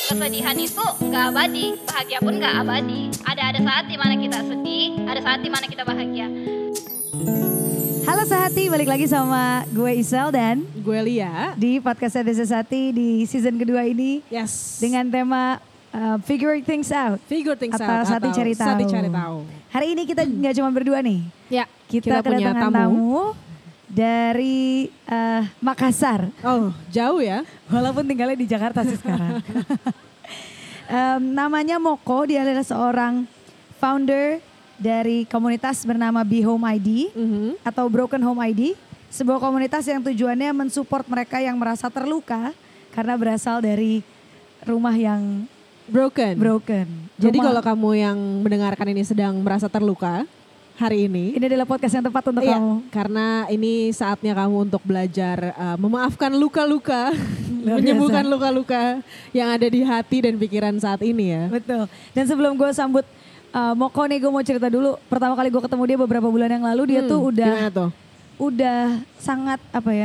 Kesedihan itu nggak abadi, bahagia pun nggak abadi. Ada saat dimana kita sedih, ada saat dimana kita bahagia. Halo Sehati, balik lagi sama gue Isel dan gue Lia di podcast Desa Sehati di season kedua ini. Yes. Dengan tema Figure Things Out. Figure Things atau Out Sehati Cari Tahu. Sehati Cari Tahu. Hari ini kita nggak cuma berdua nih. Ya, kita punya kedatangan tamu dari Makassar. Oh, jauh ya? Walaupun tinggalnya di Jakarta sih sekarang. Namanya Moko, dia adalah seorang founder dari komunitas bernama Be Home ID atau Broken Home ID. Sebuah komunitas yang tujuannya mensupport mereka yang merasa terluka karena berasal dari rumah yang broken. Jadi kalau kamu yang mendengarkan ini sedang merasa terluka hari ini adalah podcast yang tepat untuk kamu. Karena ini saatnya kamu untuk belajar memaafkan luka-luka, menyembuhkan luka-luka yang ada di hati dan pikiran saat ini ya. Betul. Dan sebelum gue sambut Moko nih, gue mau cerita dulu. Pertama kali gue ketemu dia beberapa bulan yang lalu, dia tuh udah sangat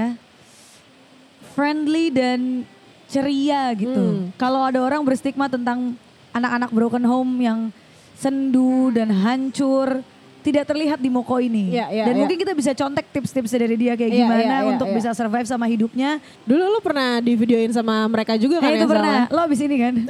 friendly dan ceria gitu. Kalau ada orang berstigma tentang anak-anak broken home yang sendu dan hancur, tidak terlihat di Moko ini. Dan mungkin kita bisa contek tips-tips dari dia kayak gimana untuk bisa survive sama hidupnya. Dulu lu pernah di videoin sama mereka juga kan? Itu pernah, lo abis ini kan?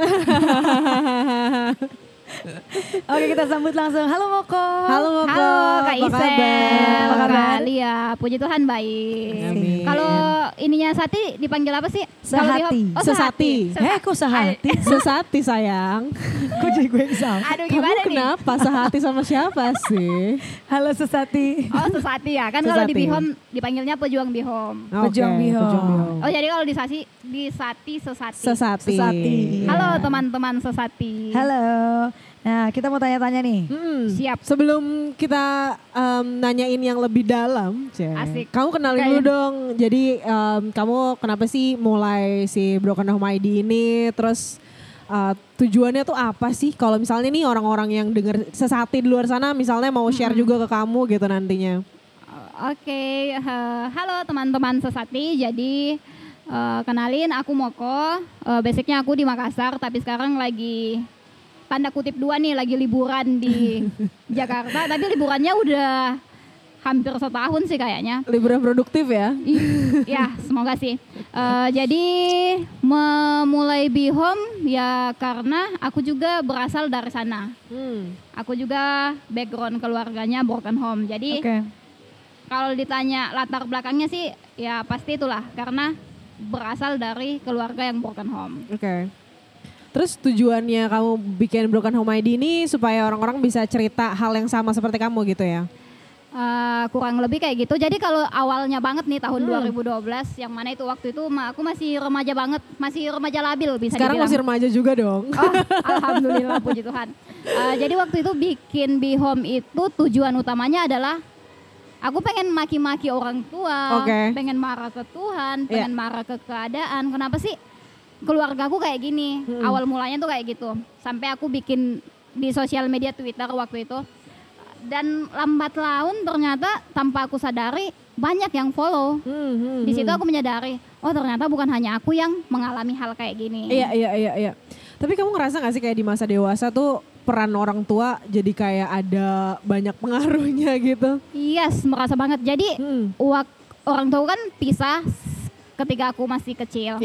Oke, kita sambut langsung. Halo Moko. Halo Moko. Halo Kak Isel. Apa kabar? Lia, puji Tuhan baik. Amin. Kalau ininya Sati dipanggil apa sih? Sehati. Sesati. Kok Sehati? Sesati sayang. Kok jadi gue yang salah? Aduh gimana Kamu nih? kenapa sehati sama siapa sih? Halo Sesati. Oh Sesati ya, kan kalau di Sesati. Bihom dipanggilnya pejuang Bihom. Pejuang Bihom. Oh jadi kalau di Sati Sesati. Sesati. Halo teman-teman Sesati. Halo. Nah, kita mau tanya-tanya nih. Siap. Sebelum kita nanyain yang lebih dalam, Asik. kamu kenalin dulu dong. Jadi kamu kenapa sih mulai si Broken Home ID ini? Terus tujuannya tuh apa sih? Kalau misalnya nih orang-orang yang denger Sesati di luar sana, misalnya mau share juga ke kamu gitu nantinya. Oke, halo teman-teman Sesati. Jadi kenalin aku Moko. Basicnya aku di Makassar, tapi sekarang lagi tanda kutip 2 nih, lagi liburan di Jakarta. Tapi liburannya udah hampir setahun sih kayaknya. Liburan produktif ya? Ya, semoga sih. Jadi memulai Be Home ya karena aku juga berasal dari sana. Aku juga background keluarganya broken home. Jadi kalau ditanya latar belakangnya sih ya pasti itulah karena berasal dari keluarga yang broken home. Terus tujuannya kamu bikin Broken Home ID ini supaya orang-orang bisa cerita hal yang sama seperti kamu gitu ya? Kurang lebih kayak gitu. Jadi kalau awalnya banget nih tahun 2012 yang mana itu waktu itu aku masih remaja banget, masih remaja labil bisa Sekarang dibilang. masih remaja juga dong. Oh, alhamdulillah puji Tuhan. Jadi waktu itu bikin Be Home itu tujuan utamanya adalah aku pengen maki-maki orang tua, pengen marah ke Tuhan, pengen marah ke keadaan. Kenapa sih keluargaku kayak gini? Awal mulanya tuh kayak gitu. Sampai aku bikin di sosial media Twitter waktu itu. Dan lambat laun ternyata tanpa aku sadari banyak yang follow. Di situ aku menyadari, oh ternyata bukan hanya aku yang mengalami hal kayak gini. Iya. Tapi kamu ngerasa gak sih kayak di masa dewasa tuh peran orang tua jadi kayak ada banyak pengaruhnya gitu? Yes, merasa banget. Jadi orang tua kan pisah ketika aku masih kecil,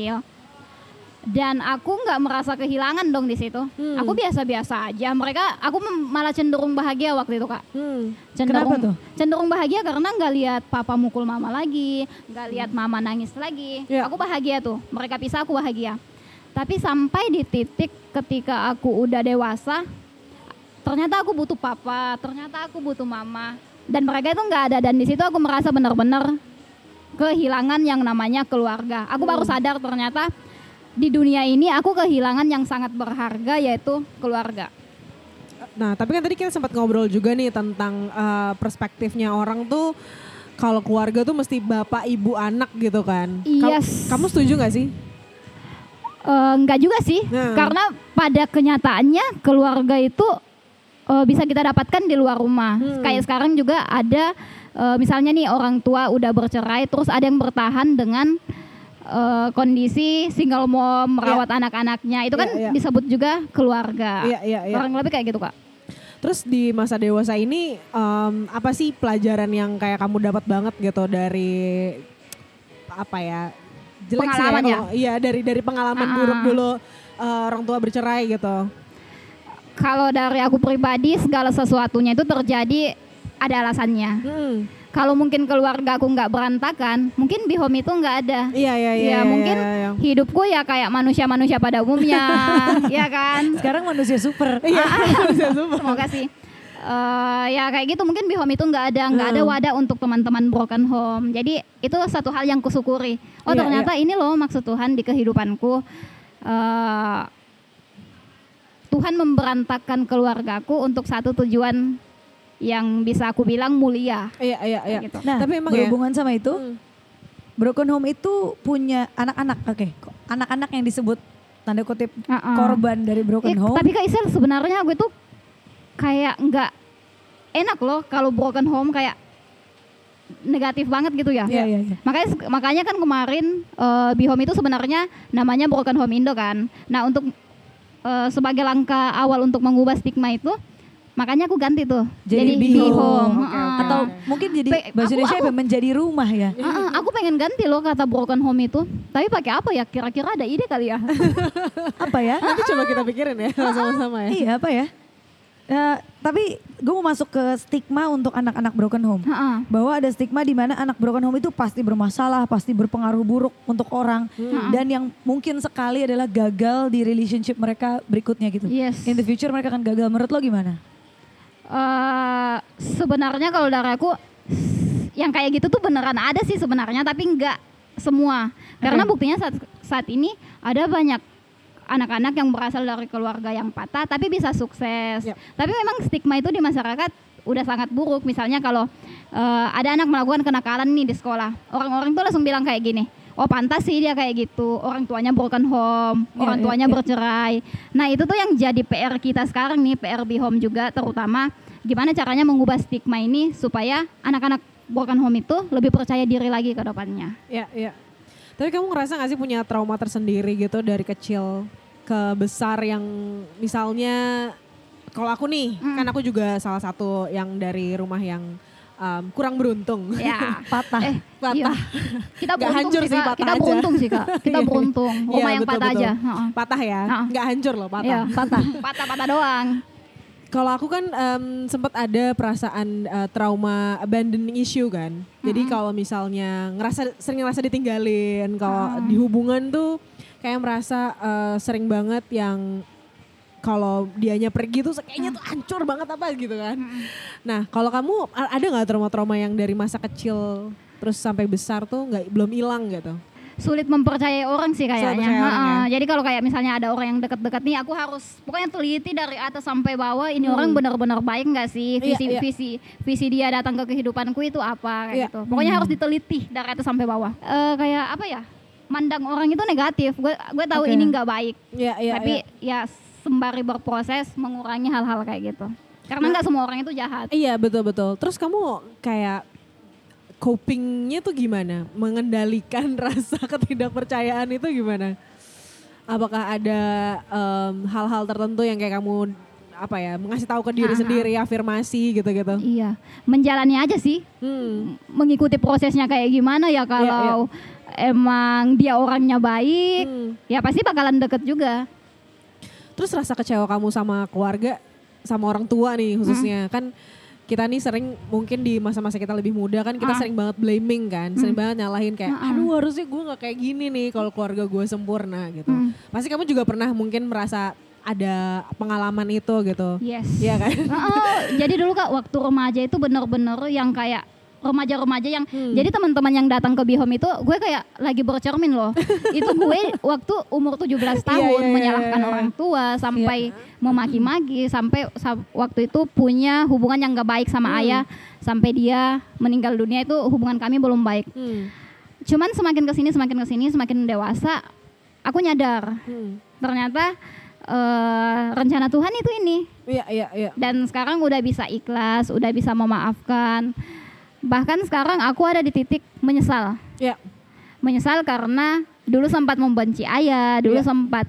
Dan aku nggak merasa kehilangan dong di situ. Aku biasa-biasa aja. Aku malah cenderung bahagia waktu itu Kak. Kenapa tuh? Cenderung bahagia karena nggak lihat papa mukul mama lagi, nggak lihat mama nangis lagi. Aku bahagia tuh. Mereka pisah aku bahagia. Tapi sampai di titik ketika aku udah dewasa, ternyata aku butuh papa, ternyata aku butuh mama, dan mereka itu nggak ada. Dan di situ aku merasa benar-benar kehilangan yang namanya keluarga. Aku baru sadar ternyata di dunia ini aku kehilangan yang sangat berharga yaitu keluarga. Nah tapi kan tadi kita sempat ngobrol juga nih tentang perspektifnya orang tuh kalau keluarga tuh mesti bapak, ibu, anak gitu kan. Yes. Kamu setuju gak sih? Enggak juga sih, karena pada kenyataannya keluarga itu bisa kita dapatkan di luar rumah. Kayak sekarang juga ada misalnya nih orang tua udah bercerai terus ada yang bertahan dengan kondisi single mom merawat anak-anaknya itu kan disebut juga keluarga. Kurang lebih kayak gitu Kak. Terus di masa dewasa ini apa sih pelajaran yang kayak kamu dapat banget gitu dari apa ya? Jelek pengalaman sih ya. Iya, dari pengalaman buruk dulu orang tua bercerai gitu. Kalau dari aku pribadi segala sesuatunya itu terjadi ada alasannya. Kalau mungkin keluarga aku nggak berantakan, mungkin Bihome itu nggak ada. Iya. Mungkin hidupku ya kayak manusia-manusia pada umumnya, ya kan. Sekarang manusia super. Manusia super. Terima kasih. Ya kayak gitu mungkin Bihome itu nggak ada wadah untuk teman-teman broken home. Jadi itu satu hal yang kusyukuri. Oh ternyata ini loh maksud Tuhan di kehidupanku. Tuhan memberantakan keluargaku untuk satu tujuan yang bisa aku bilang mulia. Iya. Gitu. Nah, tapi emang berhubungan sama itu, broken home itu punya anak-anak, anak-anak yang disebut tanda kutip korban dari broken home. Tapi Kak Isel sebenarnya gue tuh kayak nggak enak loh kalau broken home kayak negatif banget gitu ya. Iya. Makanya kan kemarin Bihome itu sebenarnya namanya Broken Home Indo kan. Nah untuk sebagai langkah awal untuk mengubah stigma itu, makanya aku ganti tuh jadi Bihome. Atau mungkin jadi bahasa Indonesia menjadi rumah ya. Aku pengen ganti loh kata broken home itu. Tapi pakai apa ya? Kira-kira ada ide kali ya? Apa ya? Nanti coba kita pikirin ya sama-sama ya. Iya apa ya? Tapi gue mau masuk ke stigma untuk anak-anak broken home. Bahwa ada stigma di mana anak broken home itu pasti bermasalah, pasti berpengaruh buruk untuk orang. Dan yang mungkin sekali adalah gagal di relationship mereka berikutnya gitu. Yes. In the future mereka akan gagal. Menurut lo gimana? Sebenarnya kalau dari aku yang kayak gitu tuh beneran ada sih sebenarnya, tapi enggak semua. Karena buktinya saat ini ada banyak anak-anak yang berasal dari keluarga yang patah tapi bisa sukses. Tapi memang stigma itu di masyarakat udah sangat buruk. Misalnya kalau ada anak melakukan kenakalan nih di sekolah, orang-orang tuh langsung bilang kayak gini, oh pantas sih dia kayak gitu, orang tuanya broken home, orang tuanya bercerai. Nah itu tuh yang jadi PR kita sekarang nih, PR Bihome juga terutama gimana caranya mengubah stigma ini supaya anak-anak broken home itu lebih percaya diri lagi ke depannya. Iya. Tapi kamu ngerasa gak sih punya trauma tersendiri gitu dari kecil ke besar yang misalnya kalau aku nih, kan aku juga salah satu yang dari rumah yang kurang beruntung. Ya, patah. Iya. Kita gak hancur sih, patah kita beruntung sih Kak. Kita beruntung. Rumah yang betul, patah betul. aja. Patah ya, gak hancur loh, patah. Iya, patah doang. Kalau aku kan sempat ada perasaan trauma abandoning issue kan. Jadi kalau misalnya sering ngerasa ditinggalin, kalau di hubungan tuh kayak merasa sering banget yang kalau dianya pergi tuh kayaknya tuh hancur banget apa gitu kan. Nah kalau kamu ada gak trauma-trauma yang dari masa kecil terus sampai besar tuh belum hilang gitu? Sulit mempercayai orang sih kayaknya. Ya? Jadi kalau kayak misalnya ada orang yang dekat-dekat nih, aku harus pokoknya teliti dari atas sampai bawah ini orang benar-benar baik nggak sih, visi dia datang ke kehidupanku itu apa kayak gitu. Pokoknya harus diteliti dari atas sampai bawah. Kayak apa ya? Mandang orang itu negatif. Gue tahu ini nggak baik. Tapi ya sembari berproses mengurangi hal-hal kayak gitu. Karena nggak semua orang itu jahat. Iya betul-betul. Terus kamu kayak copingnya tuh gimana? Mengendalikan rasa ketidakpercayaan itu gimana? Apakah ada hal-hal tertentu yang kayak kamu mengasih tahu ke diri sendiri, afirmasi gitu-gitu? Iya, menjalani aja sih. Mengikuti prosesnya kayak gimana ya kalau emang dia orangnya baik, ya pasti bakalan deket juga. Terus rasa kecewa kamu sama keluarga, sama orang tua nih khususnya kan? Kita nih sering mungkin di masa-masa kita lebih muda kan kita sering banget blaming kan, sering banget nyalahin kayak aduh harusnya gue gak kayak gini nih kalau keluarga gue sempurna gitu. Pasti kamu juga pernah mungkin merasa ada pengalaman itu gitu. Yes. Iya kan? Jadi dulu Kak waktu remaja itu bener-bener yang kayak remaja-remaja yang jadi teman-teman yang datang ke Bihome itu gue kayak lagi bercermin loh. Itu gue waktu umur 17 tahun menyalahkan orang tua sampai memaki-maki sampai waktu itu punya hubungan yang gak baik sama ayah sampai dia meninggal dunia itu hubungan kami belum baik. Cuman semakin kesini semakin dewasa aku nyadar ternyata rencana Tuhan itu ini. Iya. Dan sekarang udah bisa ikhlas, udah bisa memaafkan. Bahkan sekarang aku ada di titik menyesal. Iya. Menyesal karena dulu sempat membenci ayah, dulu sempat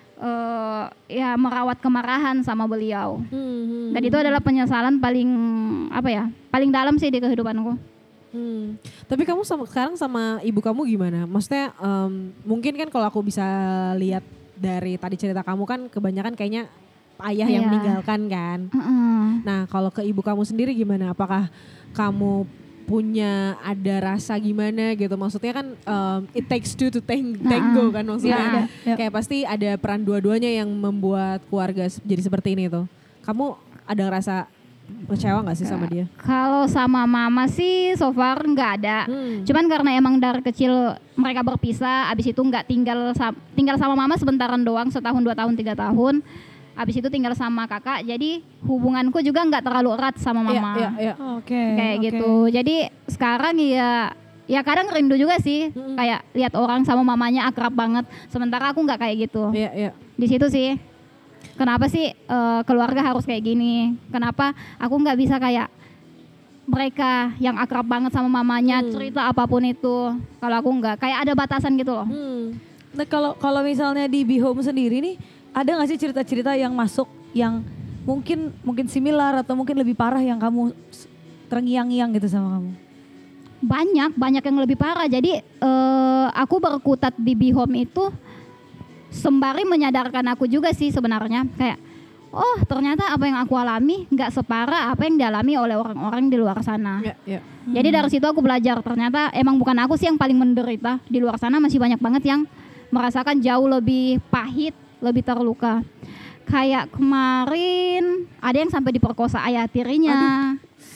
ya merawat kemarahan sama beliau. Dan itu adalah penyesalan paling dalam sih di kehidupanku. Tapi kamu sekarang sama ibu kamu gimana? Maksudnya mungkin kan kalau aku bisa lihat dari tadi cerita kamu kan kebanyakan kayaknya ayah yang meninggalkan kan. Nah kalau ke ibu kamu sendiri gimana? Apakah kamu punya ada rasa gimana gitu, maksudnya kan it takes two to tango kan maksudnya. Kayak pasti ada peran dua-duanya yang membuat keluarga jadi seperti ini tuh. Kamu ada ngerasa kecewa gak sih sama dia? Kalau sama mama sih so far nggak ada. Cuman karena emang dari kecil mereka berpisah, abis itu nggak tinggal sama mama sebentaran doang, setahun 2 tahun 3 tahun. Abis itu tinggal sama kakak, jadi hubunganku juga nggak terlalu erat sama mama. Kayak gitu. Jadi sekarang ya kadang rindu juga sih, kayak lihat orang sama mamanya akrab banget. Sementara aku nggak kayak gitu. Di situ sih. Kenapa sih keluarga harus kayak gini? Kenapa aku nggak bisa kayak mereka yang akrab banget sama mamanya, cerita apapun itu. Kalau aku nggak, kayak ada batasan gitu loh. Nah kalau misalnya di Be Home sendiri nih, ada nggak sih cerita-cerita yang masuk yang mungkin similar atau mungkin lebih parah yang kamu terngiang-ngiang gitu sama kamu? Banyak yang lebih parah. Jadi aku berkutat di Be Home itu sembari menyadarkan aku juga sih sebenarnya, kayak oh ternyata apa yang aku alami nggak separah apa yang dialami oleh orang-orang di luar sana. Jadi dari situ aku belajar ternyata emang bukan aku sih yang paling menderita, di luar sana masih banyak banget yang merasakan jauh lebih pahit, lebih terluka. Kayak kemarin ada yang sampai diperkosa ayah tirinya.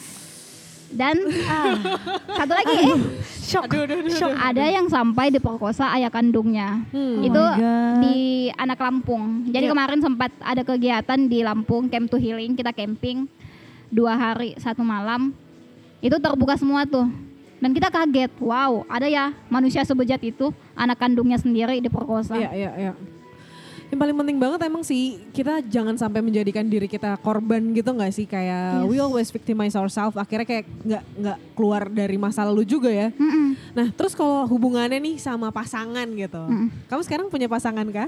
Dan satu lagi shock. Ada yang sampai diperkosa ayah kandungnya. Itu di anak Lampung. Jadi kemarin sempat ada kegiatan di Lampung, Camp to Healing, kita camping 2 hari 1 malam. Itu terbuka semua tuh. Dan kita kaget, wow, ada ya manusia sebejat itu, anak kandungnya sendiri diperkosa. Yang paling penting banget emang sih kita jangan sampai menjadikan diri kita korban gitu nggak sih, kayak we always victimize ourselves, akhirnya kayak nggak keluar dari masa lalu juga ya. Nah terus kalau hubungannya nih sama pasangan gitu, kamu sekarang punya pasangan kah?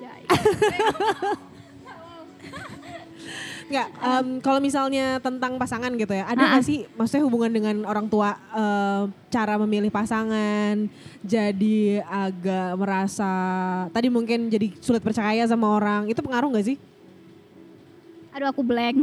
Nggak, kalau misalnya tentang pasangan gitu ya, ada nggak sih maksudnya hubungan dengan orang tua, cara memilih pasangan jadi agak merasa tadi mungkin jadi sulit percaya sama orang, itu pengaruh nggak sih? Aduh aku blank.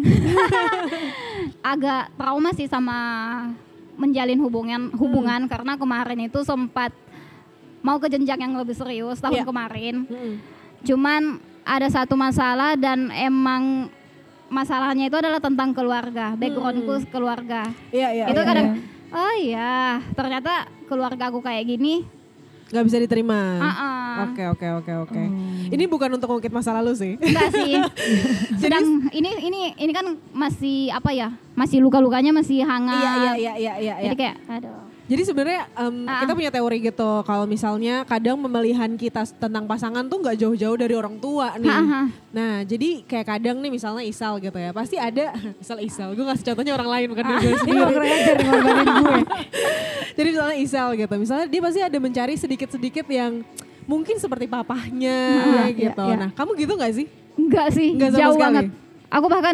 Agak trauma sih sama menjalin hubungan karena kemarin itu sempat mau ke jenjang yang lebih serius tahun kemarin. Cuman ada satu masalah dan emang masalahnya itu adalah tentang keluarga, backgroundku keluarga. Itu kadang, oh iya ternyata keluarga aku kayak gini. Gak bisa diterima. Oke. Ini bukan untuk ngungkit masa lalu sih. Enggak sih. Sedang ini kan masih apa ya? Masih luka-lukanya masih hangat. Iya. Jadi kayak aduh. Jadi sebenarnya kita punya teori gitu, kalau misalnya kadang pemilihan kita tentang pasangan tuh nggak jauh-jauh dari orang tua nih. Nah jadi kayak kadang nih misalnya Isal gitu ya, pasti ada Isal, gue ngasih contohnya orang lain bukan diri gue sendiri. Kurang ajar ngorbanin gue. Jadi misalnya Isal gitu, misalnya dia pasti ada mencari sedikit-sedikit yang mungkin seperti papahnya gitu. Nah kamu gitu nggak sih? Enggak sih, Nggak sama jauh sekali. banget. Aku bahkan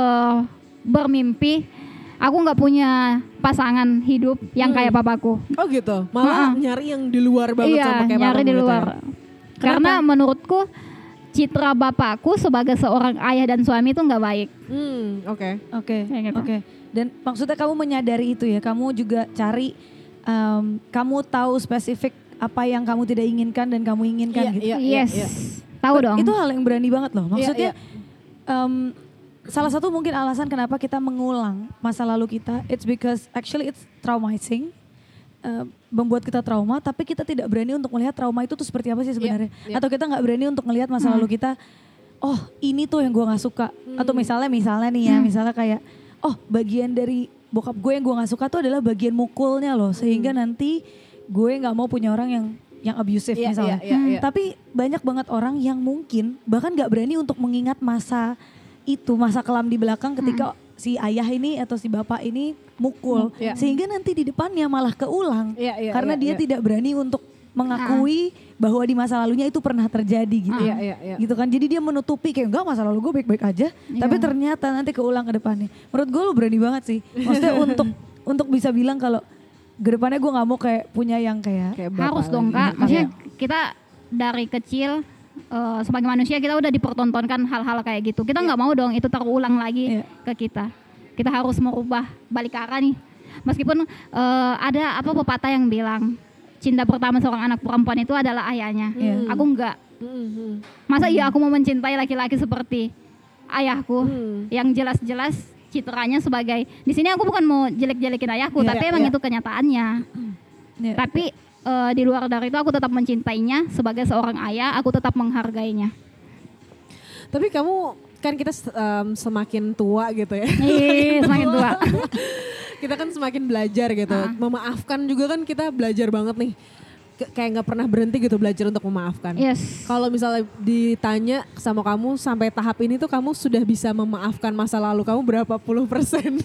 bermimpi aku nggak punya pasangan hidup yang kayak papaku. Oh gitu, malah nyari yang di luar banget sama kayak nyari di gitu luar. ya? Karena menurutku citra bapakku sebagai seorang ayah dan suami itu nggak baik. Oke. Dan maksudnya kamu menyadari itu ya, kamu juga cari, kamu tahu spesifik apa yang kamu tidak inginkan dan kamu inginkan gitu. Tahu dong. Itu hal yang berani banget loh. Maksudnya salah satu mungkin alasan kenapa kita mengulang masa lalu kita, it's because actually it's traumatizing, membuat kita trauma, tapi kita tidak berani untuk melihat trauma itu tuh seperti apa sih sebenarnya. Atau kita nggak berani untuk melihat masa lalu kita, oh ini tuh yang gue nggak suka. Atau misalnya nih ya, misalnya kayak, oh bagian dari bokap gue yang gue nggak suka tuh adalah bagian mukulnya loh, sehingga nanti gue nggak mau punya orang yang abusive misalnya. Tapi banyak banget orang yang mungkin bahkan nggak berani untuk mengingat masa kelam di belakang ketika si ayah ini atau si bapak ini mukul, sehingga nanti di depannya malah keulang karena dia tidak berani untuk mengakui bahwa di masa lalunya itu pernah terjadi gitu. Gitu kan. Jadi dia menutupi kayak enggak, masa lalu gue baik-baik aja, tapi ternyata nanti keulang ke depannya. Menurut gue lu berani banget sih. Maksudnya untuk bisa bilang kalau ke depannya gue nggak mau kayak punya yang kayak harus dong Kak. Maksudnya kita dari kecil sebagai manusia kita udah dipertontonkan hal-hal kayak gitu. Kita nggak mau dong itu terulang lagi ke kita. Kita harus merubah balik ke arah nih. Meskipun ada pepatah yang bilang cinta pertama seorang anak perempuan itu adalah ayahnya. Aku enggak. Masa iya aku mau mencintai laki-laki seperti ayahku yang jelas-jelas citranya sebagai, di sini aku bukan mau jelek-jelekin ayahku, tapi emang itu kenyataannya. Tapi di luar dari itu aku tetap mencintainya sebagai seorang ayah, aku tetap menghargainya. Tapi kamu kan kita semakin tua gitu ya. Iya, semakin tua. Kita kan semakin belajar gitu. Memaafkan juga kan kita belajar banget nih. Kayak gak pernah berhenti gitu belajar untuk memaafkan. Yes. Kalau misalnya ditanya sama kamu sampai tahap ini tuh kamu sudah bisa memaafkan masa lalu kamu berapa puluh %?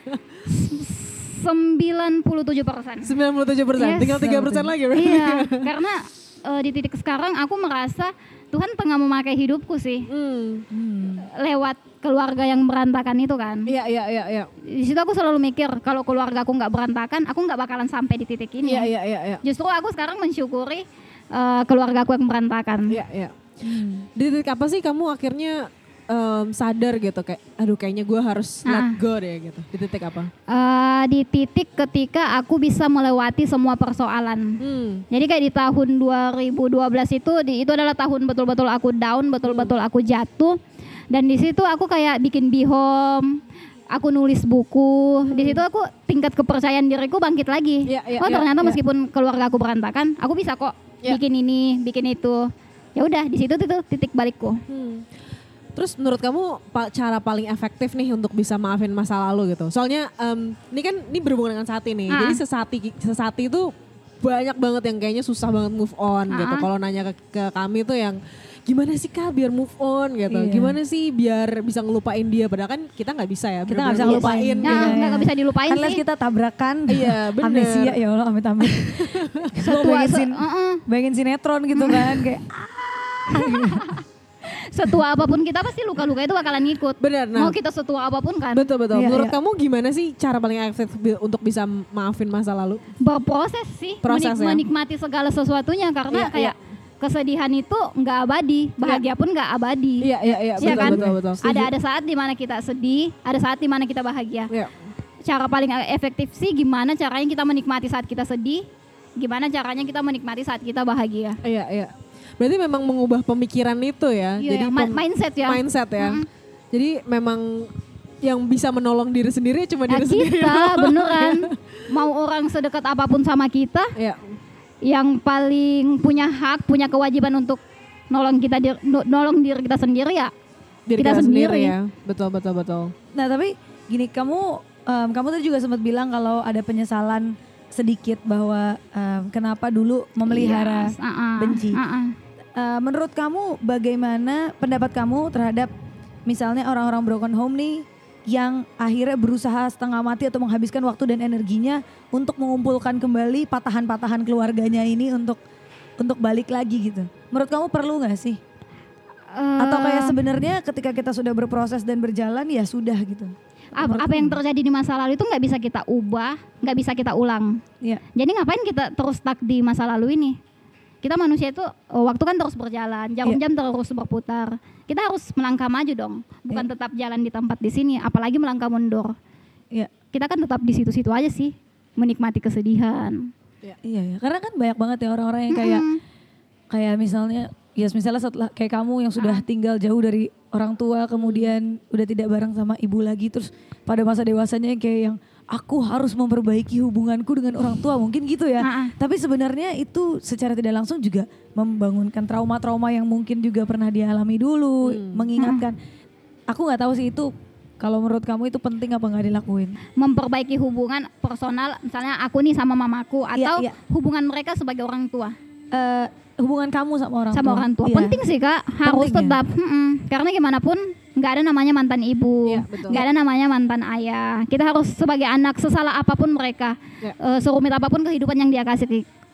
97%. 97%. Yes. Tinggal 3% lagi. Iya, karena di titik sekarang aku merasa Tuhan tengah memakai hidupku sih. Lewat keluarga yang berantakan itu kan. Iya. Di situ aku selalu mikir kalau keluarga aku nggak berantakan, aku nggak bakalan sampai di titik ini. Iya. Justru aku sekarang mensyukuri keluarga aku yang berantakan. Iya. Di titik apa sih kamu akhirnya sadar gitu kayak, aduh kayaknya gue harus let go deh gitu. Di titik apa? Di titik ketika aku bisa melewati semua persoalan. Jadi kayak di tahun 2012 itu adalah tahun betul-betul aku down, betul-betul aku jatuh. Dan di situ aku kayak bikin Bihome, aku nulis buku. Di situ aku tingkat kepercayaan diriku bangkit lagi. Ternyata meskipun keluarga aku berantakan, aku bisa kok bikin ini, bikin itu. Ya udah, di situ titik balikku. Terus menurut kamu cara paling efektif nih untuk bisa maafin masa lalu gitu? Soalnya ini berhubungan dengan Sati nih. Jadi sesati itu banyak banget yang kayaknya susah banget move on gitu. Kalau nanya ke kami tuh yang gimana sih Kak biar move on gitu? Gimana sih biar bisa ngelupain dia? Padahal kan kita nggak bisa ya. Kita nggak bisa ngelupain. Nggak bisa dilupain sih. Unless kita tabrakan. Iya bener. Amnesia ya Allah amit-amit. Bayangin sinetron gitu kan kayak. Setua apapun kita pasti luka-luka itu bakalan ngikut. Benar. Mau kita setua apapun kan. Betul. Menurut kamu gimana sih cara paling efektif untuk bisa maafin masa lalu? Berproses sih. Menikmati segala sesuatunya karena kesedihan itu nggak abadi, bahagia pun nggak abadi. Iya. Betul. Ada saat dimana kita sedih, ada saat dimana kita bahagia. Cara paling efektif sih gimana caranya kita menikmati saat kita sedih, gimana caranya kita menikmati saat kita bahagia. Iya. Berarti memang mengubah pemikiran itu ya. Jadi mindset ya. Mindset ya. Jadi memang yang bisa menolong diri sendiri cuma diri sendiri. Kita beneran. Mau orang sedekat apapun sama kita. Yang paling punya hak, punya kewajiban untuk nolong diri kita sendiri ya. Diri kita sendiri ya. Betul. Nah tapi gini, kamu tadi juga sempat bilang kalau ada penyesalan sedikit bahwa kenapa dulu memelihara benci. Menurut kamu bagaimana pendapat kamu terhadap misalnya orang-orang broken home nih yang akhirnya berusaha setengah mati atau menghabiskan waktu dan energinya untuk mengumpulkan kembali patahan-patahan keluarganya ini untuk balik lagi gitu. Menurut kamu perlu gak sih? Atau kayak sebenarnya ketika kita sudah berproses dan berjalan ya sudah gitu? Apa yang terjadi di masa lalu itu nggak bisa kita ubah, nggak bisa kita ulang. Jadi ngapain kita terus stuck di masa lalu ini? Kita manusia itu waktu kan terus berjalan, jam-jam terus berputar. Kita harus melangkah maju dong, bukan tetap jalan di tempat di sini, apalagi melangkah mundur. Kita kan tetap di situ-situ aja sih, menikmati kesedihan. Iya, karena kan banyak banget ya orang-orang yang kayak misalnya setelah kayak kamu yang sudah tinggal jauh dari orang tua, kemudian udah tidak bareng sama ibu lagi, terus pada masa dewasanya kayak yang aku harus memperbaiki hubunganku dengan orang tua, mungkin gitu ya. Tapi sebenarnya itu secara tidak langsung juga membangunkan trauma-trauma yang mungkin juga pernah dialami dulu, mengingatkan. Aku nggak tahu sih itu kalau menurut kamu itu penting apa nggak dilakuin? Memperbaiki hubungan personal, misalnya aku nih sama mamaku atau hubungan mereka sebagai orang tua. Hubungan kamu sama orang tua. Penting sih Kak, harus penting tetap. Karena gimana pun nggak ada namanya mantan ibu, nggak ada namanya mantan ayah. Kita harus sebagai anak sesalah apapun mereka, serumit apapun kehidupan yang dia kasih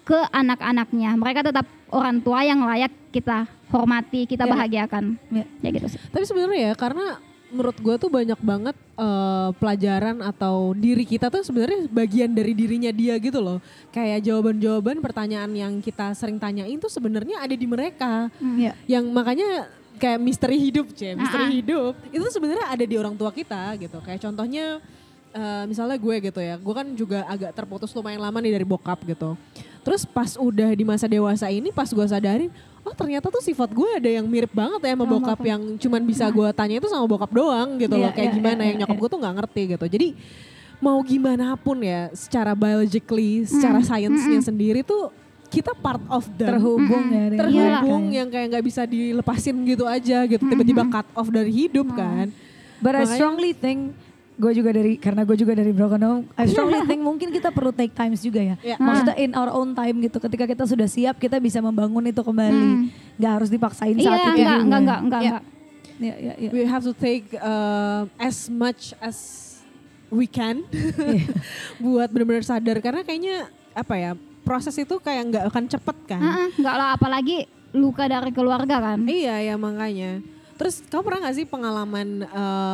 ke anak-anaknya. Mereka tetap orang tua yang layak kita hormati, kita bahagiakan. Ya gitu sih. Tapi sebenarnya ya karena menurut gue tuh banyak banget pelajaran atau diri kita tuh sebenarnya bagian dari dirinya dia gitu loh. Kayak jawaban-jawaban pertanyaan yang kita sering tanyain tuh sebenarnya ada di mereka. Yang makanya kayak misteri hidup, misteri hidup itu sebenarnya ada di orang tua kita gitu. Kayak contohnya misalnya gue gitu ya, gue kan juga agak terputus lumayan lama nih dari bokap gitu. Terus pas udah di masa dewasa ini, pas gue sadarin, oh ternyata tuh sifat gue ada yang mirip banget ya sama bokap yang cuman bisa gue tanya itu sama bokap doang gitu loh. Kayak gimana yang nyokap gue tuh gak ngerti gitu. Jadi mau gimana pun ya secara biologically, secara sainsnya sendiri tuh kita part of them. Terhubung yang kayak gak bisa dilepasin gitu aja gitu. Tiba-tiba cut off dari hidup kan. But I strongly think karena gue juga dari broken home, I strongly think mungkin kita perlu take times juga ya. Maksudnya in our own time gitu, ketika kita sudah siap kita bisa membangun itu kembali. Gak harus dipaksain saat itu. Enggak. We have to take as much as we can buat benar-benar sadar, karena kayaknya apa ya, proses itu kayak nggak akan cepet kan. Nggak lah, apalagi luka dari keluarga kan. Iya ya makanya. Terus kamu pernah gak sih pengalaman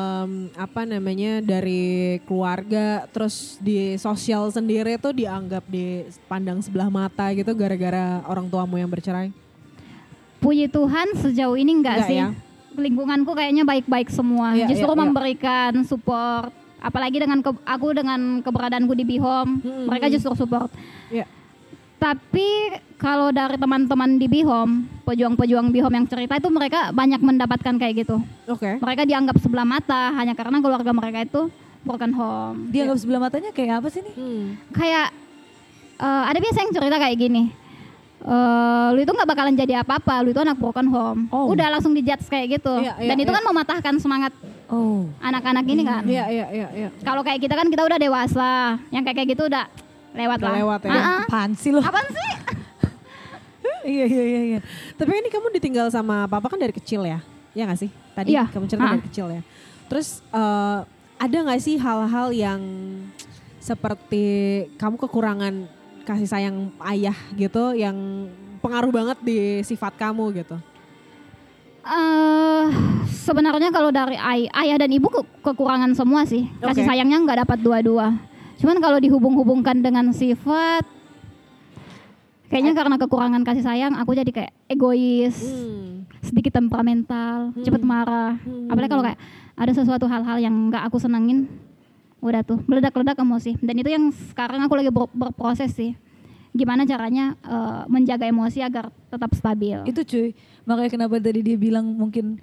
dari keluarga terus di sosial sendiri tuh dianggap dipandang sebelah mata gitu gara-gara orang tuamu yang bercerai? Puji Tuhan sejauh ini enggak sih. Ya? Lingkunganku kayaknya baik-baik semua. Justru memberikan support. Apalagi dengan aku dengan keberadaanku di Bihome, mereka justru support. Tapi kalau dari teman-teman di Bihome, pejuang-pejuang Bihome yang cerita itu mereka banyak mendapatkan kayak gitu. Mereka dianggap sebelah mata hanya karena keluarga mereka itu broken home. Dianggap sebelah matanya kayak apa sih nih? Kayak ada biasa yang cerita kayak gini. Lu itu gak bakalan jadi apa-apa, lu itu anak broken home. Udah langsung dijudge kayak gitu. Dan itu kan mematahkan semangat anak-anak ini kan. Kalau kayak kita kan kita udah dewasa, yang kayak gitu udah lewat lah. Apaan sih lo? Apaan sih? Iya. Tapi ini kamu ditinggal sama papa kan dari kecil ya? Iya gak sih? Tadi kamu cerita dari kecil ya. Terus ada gak sih hal-hal yang seperti kamu kekurangan kasih sayang ayah gitu yang pengaruh banget di sifat kamu gitu? Sebenarnya kalau dari ayah dan ibu kekurangan semua sih. Kasih sayangnya gak dapat dua-dua. Cuman kalau dihubung-hubungkan dengan sifat, kayaknya karena kekurangan kasih sayang, aku jadi kayak egois, sedikit temperamental, cepet marah. Apalagi kalau kayak ada sesuatu hal-hal yang nggak aku senengin, udah tuh meledak-ledak emosi. Dan itu yang sekarang aku lagi berproses sih. Gimana caranya menjaga emosi agar tetap stabil. Itu cuy, makanya kenapa tadi dia bilang mungkin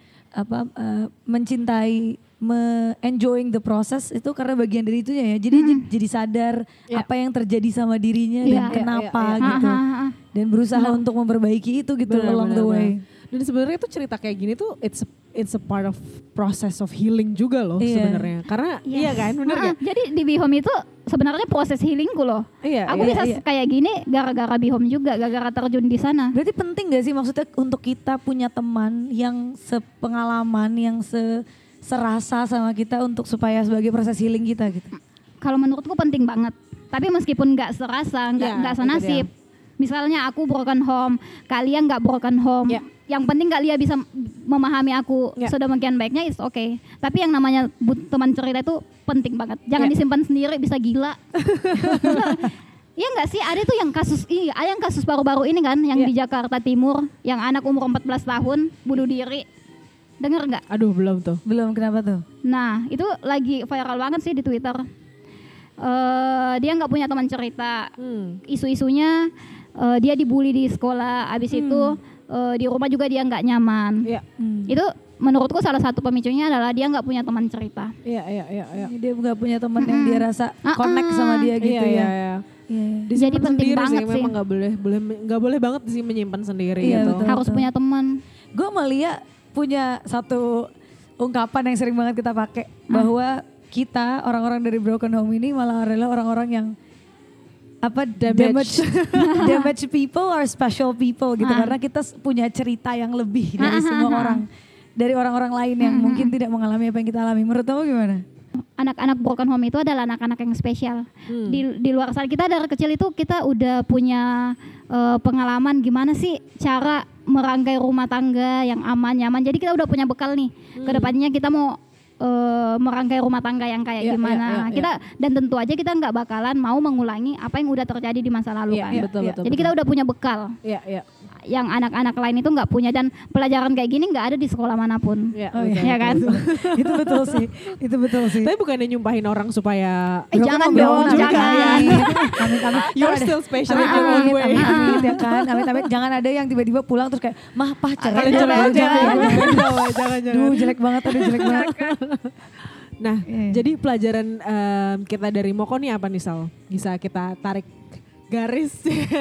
mencintai, enjoying the process itu karena bagian dari itu ya. Jadi jadi sadar apa yang terjadi sama dirinya dan kenapa gitu. Dan berusaha untuk memperbaiki itu gitu along the way. Dan sebenarnya itu cerita kayak gini tuh it's a part of process of healing juga loh sebenarnya. Karena iya kan, benar gak? Jadi di Bihome itu sebenarnya proses healingku loh. Aku bisa kayak gini gara-gara Bihome juga, gara-gara terjun di sana. Berarti penting gak sih maksudnya untuk kita punya teman yang sepengalaman, yang serasa sama kita untuk supaya sebagai proses healing kita gitu? Kalau menurutku penting banget. Tapi meskipun gak serasa, gak senasib. Misalnya aku broken home, kalian gak broken home. Yang penting kalian bisa memahami aku sedemikian baiknya, it's okay. Tapi yang namanya teman cerita itu penting banget. Jangan disimpan sendiri, bisa gila. Iya nggak sih, ada tuh yang kasus baru-baru ini kan, yang di Jakarta Timur, yang anak umur 14 tahun bunuh diri. Dengar nggak? Aduh belum tuh. Belum, kenapa tuh? Nah itu lagi viral banget sih di Twitter. Dia nggak punya teman cerita. Isu-isunya dia dibully di sekolah, abis itu di rumah juga dia nggak nyaman. Itu menurutku salah satu pemicunya adalah dia nggak punya teman cerita. Dia nggak punya teman yang dia rasa connect sama dia gitu ya. Jadi penting banget sih. Memang nggak boleh banget sih menyimpan sendiri gitu. Betul, harus punya teman. Gue malah punya satu ungkapan yang sering banget kita pakai bahwa kita orang-orang dari broken home ini malah adalah orang-orang yang damage people or special people gitu, karena kita punya cerita yang lebih dari semua orang, dari orang-orang lain yang mungkin tidak mengalami apa yang kita alami. Menurut kamu gimana? anak-anak broken home itu adalah anak-anak yang spesial. Di luar sana kita dari kecil itu kita udah punya pengalaman gimana sih cara merangkai rumah tangga yang aman, nyaman. Jadi kita udah punya bekal nih. Kedepannya kita mau merangkai rumah tangga yang kayak gimana. Kita dan tentu aja kita nggak bakalan mau mengulangi apa yang udah terjadi di masa lalu kan. Jadi kita udah punya bekal. Yang anak-anak lain itu nggak punya, dan pelajaran kayak gini nggak ada di sekolah manapun. Ya kan? Itu betul sih. Itu betul sih. Tapi bukannya nyumpahin orang supaya jangan dong, jangan. You're still special in your own way. Amit ya kan. Amit jangan ada yang tiba-tiba pulang terus kayak, "Mah, Pah, cerai." Jangan. Duh, jelek banget. Nah, jadi pelajaran kita dari Moko nih apa nih, Sal? Bisa kita tarik garis.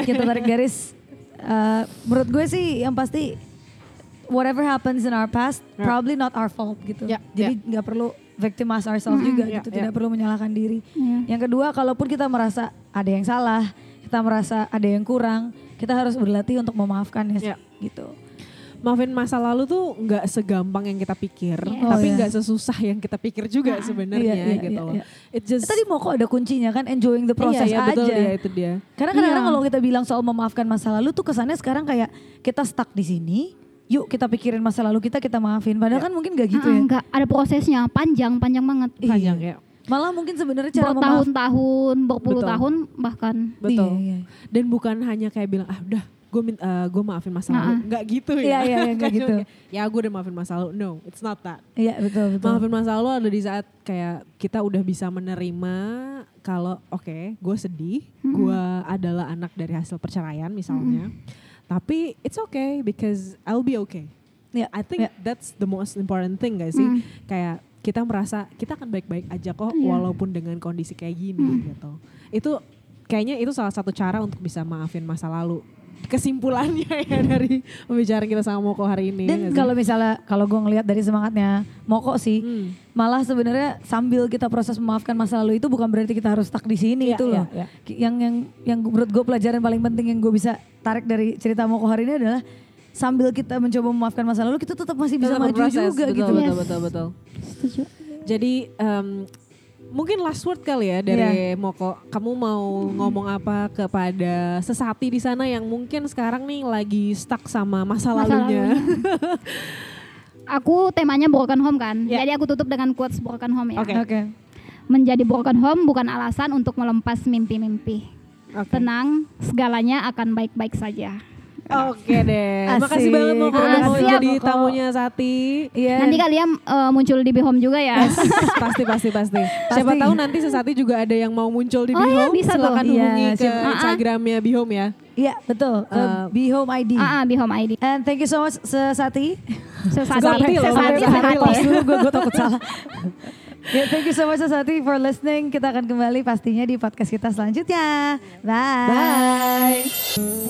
Menurut gue sih yang pasti whatever happens in our past probably not our fault gitu. Jadi nggak perlu victimize ourselves juga gitu. Tidak perlu menyalahkan diri. Yang kedua, kalaupun kita merasa ada yang salah, kita merasa ada yang kurang, kita harus berlatih untuk memaafkan gitu. Maafin masa lalu tuh nggak segampang yang kita pikir, tapi nggak sesusah yang kita pikir juga sebenarnya gitu loh. Tadi Moko ada kuncinya kan, enjoying the process aja. Betul itu dia. Karena kadang-kadang kalau kita bilang soal memaafkan masa lalu tuh kesannya sekarang kayak kita stuck di sini. Yuk kita pikirin masa lalu kita maafin. Padahal kan mungkin gak gitu ya. Enggak, ada prosesnya, panjang banget. Panjang ya. Malah mungkin sebenarnya cara bertahun-tahun, berpuluh tahun bahkan. Betul. Dan bukan hanya kayak bilang udah gue maafin masa lalu, nggak gitu ya. Iya, nggak gitu. Ya gue udah maafin masa lalu, no, it's not that. Iya betul. Maafin masa lalu ada di saat kayak kita udah bisa menerima kalau oke, gue sedih, gue adalah anak dari hasil perceraian misalnya, tapi it's okay because I'll be okay. I think that's the most important thing gak sih? Kayak kita merasa kita akan baik-baik aja kok walaupun dengan kondisi kayak gini gitu. Itu kayaknya itu salah satu cara untuk bisa maafin masa lalu. Kesimpulannya ya dari pembicaraan kita sama Moko hari ini. Dan kalau gue ngelihat dari semangatnya Moko sih, malah sebenarnya sambil kita proses memaafkan masa lalu itu bukan berarti kita harus stuck di sini itu loh. Yang menurut gue pelajaran paling penting yang gue bisa tarik dari cerita Moko hari ini adalah sambil kita mencoba memaafkan masa lalu kita tetap masih bisa maju juga gitu. Betul. Setuju. Jadi mungkin last word kali ya dari Moko. Kamu mau ngomong apa kepada sesati di sana yang mungkin sekarang nih lagi stuck sama masa lalunya? Aku temanya broken home kan. Jadi aku tutup dengan quotes broken home ya. Oke. Menjadi broken home bukan alasan untuk melepas mimpi-mimpi. Tenang, segalanya akan baik-baik saja. Oke deh. Makasih banget Moko udah mau jadi tamunya Sati. Nanti kalian muncul di Bihome juga ya. Pasti. Siapa tahu nanti Sesati juga ada yang mau muncul di Bihome. Bisa silakan hubungi ke Instagramnya Bihome ya. Iya betul. Bihome ID. Bihome ID. And thank you so much Sesati. Sesati. Gue takut salah. Thank you so much Sesati for listening. Kita akan kembali pastinya di podcast kita selanjutnya. Bye.